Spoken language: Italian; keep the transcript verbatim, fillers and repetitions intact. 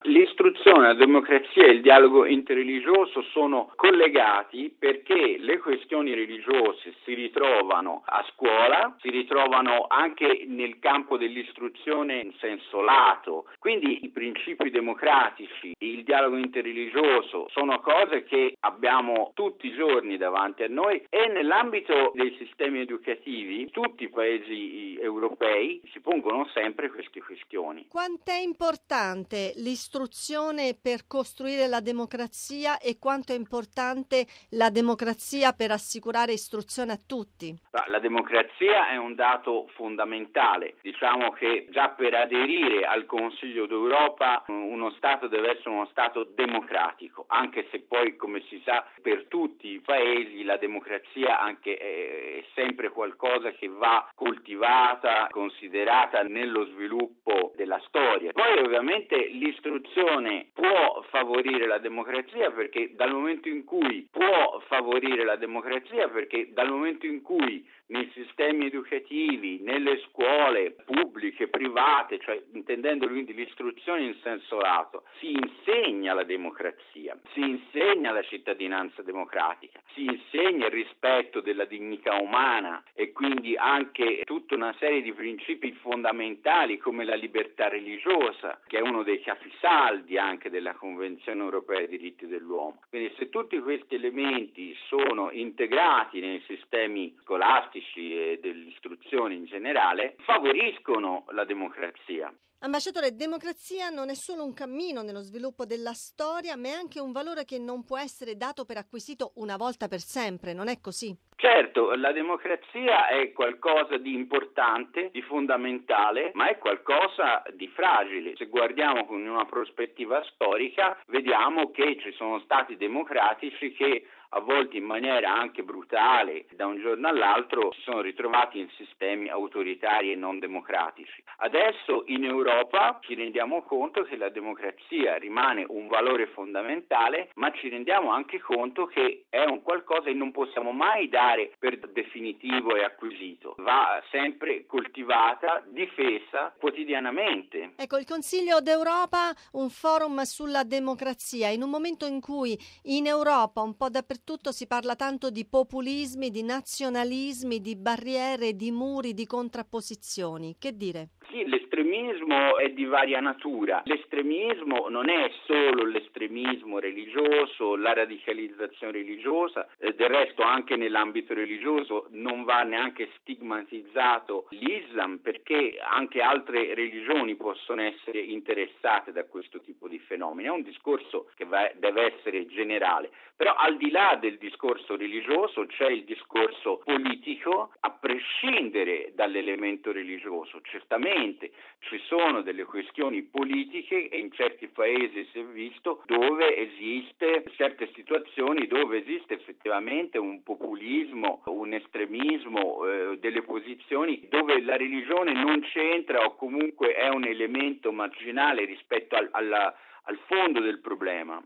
L'istruzione, la democrazia e il dialogo interreligioso sono collegati perché le questioni religiose si ritrovano a scuola, si ritrovano anche nel campo dell'istruzione in senso lato, quindi i principi democratici, il dialogo interreligioso sono cose che abbiamo tutti i giorni davanti a noi e nell'ambito dei sistemi educativi tutti i paesi europei si pongono sempre queste questioni. Quanto è importante l'istruzione per costruire la democrazia e quanto è importante la democrazia per assicurare istruzione a tutti? La democrazia è un dato fondamentale. Diciamo che già per aderire al Consiglio d'Europa uno Stato deve essere uno Stato democratico, anche se poi, come si sa, per tutti i paesi la democrazia anche è sempre qualcosa che va coltivata, considerata nello sviluppo della storia. Poi ovviamente l'istruzione può favorire la democrazia perché dal momento in cui può favorire la democrazia perché dal momento in cui nei sistemi educativi, nelle scuole pubbliche, private, cioè intendendo quindi l'istruzione in senso lato, si insegna la democrazia, si insegna la cittadinanza democratica, si insegna il rispetto della dignità umana e quindi anche tutta una serie di principi fondamentali come la libertà religiosa, che è uno dei capisaldi anche della Convenzione europea dei diritti dell'uomo. Quindi se tutti questi elementi sono integrati nei sistemi scolastici e dell'istruzione in generale, favoriscono la democrazia. Ambasciatore, democrazia non è solo un cammino nello sviluppo della storia, ma è anche un valore che non può essere dato per acquisito una volta per sempre, non è così? Certo, la democrazia è qualcosa di importante, di fondamentale, ma è qualcosa di fragile. Se guardiamo con una prospettiva storica, vediamo che ci sono stati democratici che a volte in maniera anche brutale, da un giorno all'altro, si sono ritrovati in sistemi autoritari e non democratici. Adesso in Europa ci rendiamo conto che la democrazia rimane un valore fondamentale, ma ci rendiamo anche conto che è un qualcosa che non possiamo mai dare per definitivo e acquisito. Va sempre coltivata, difesa quotidianamente. Ecco, il Consiglio d'Europa, un forum sulla democrazia, in un momento in cui in Europa, un po' dappertutto, si parla tanto di populismi, di nazionalismi, di barriere, di muri, di contrapposizioni. Che dire? Sì, l'estremismo è di varia natura. L'estremismo non è solo l'estremismo religioso, la radicalizzazione religiosa, eh, del resto anche nell'ambito religioso non va neanche stigmatizzato l'Islam perché anche altre religioni possono essere interessate da questo tipo di fenomeni. È un discorso che va, deve essere generale, però al di là del discorso religioso c'è il discorso politico a prescindere dall'elemento religioso. Certamente ci sono delle questioni politiche e in certi paesi si è visto dove esiste certe situazioni dove esiste effettivamente un populismo, un estremismo, eh, delle posizioni dove la religione non c'entra o comunque è un elemento marginale rispetto al, alla, al fondo del problema.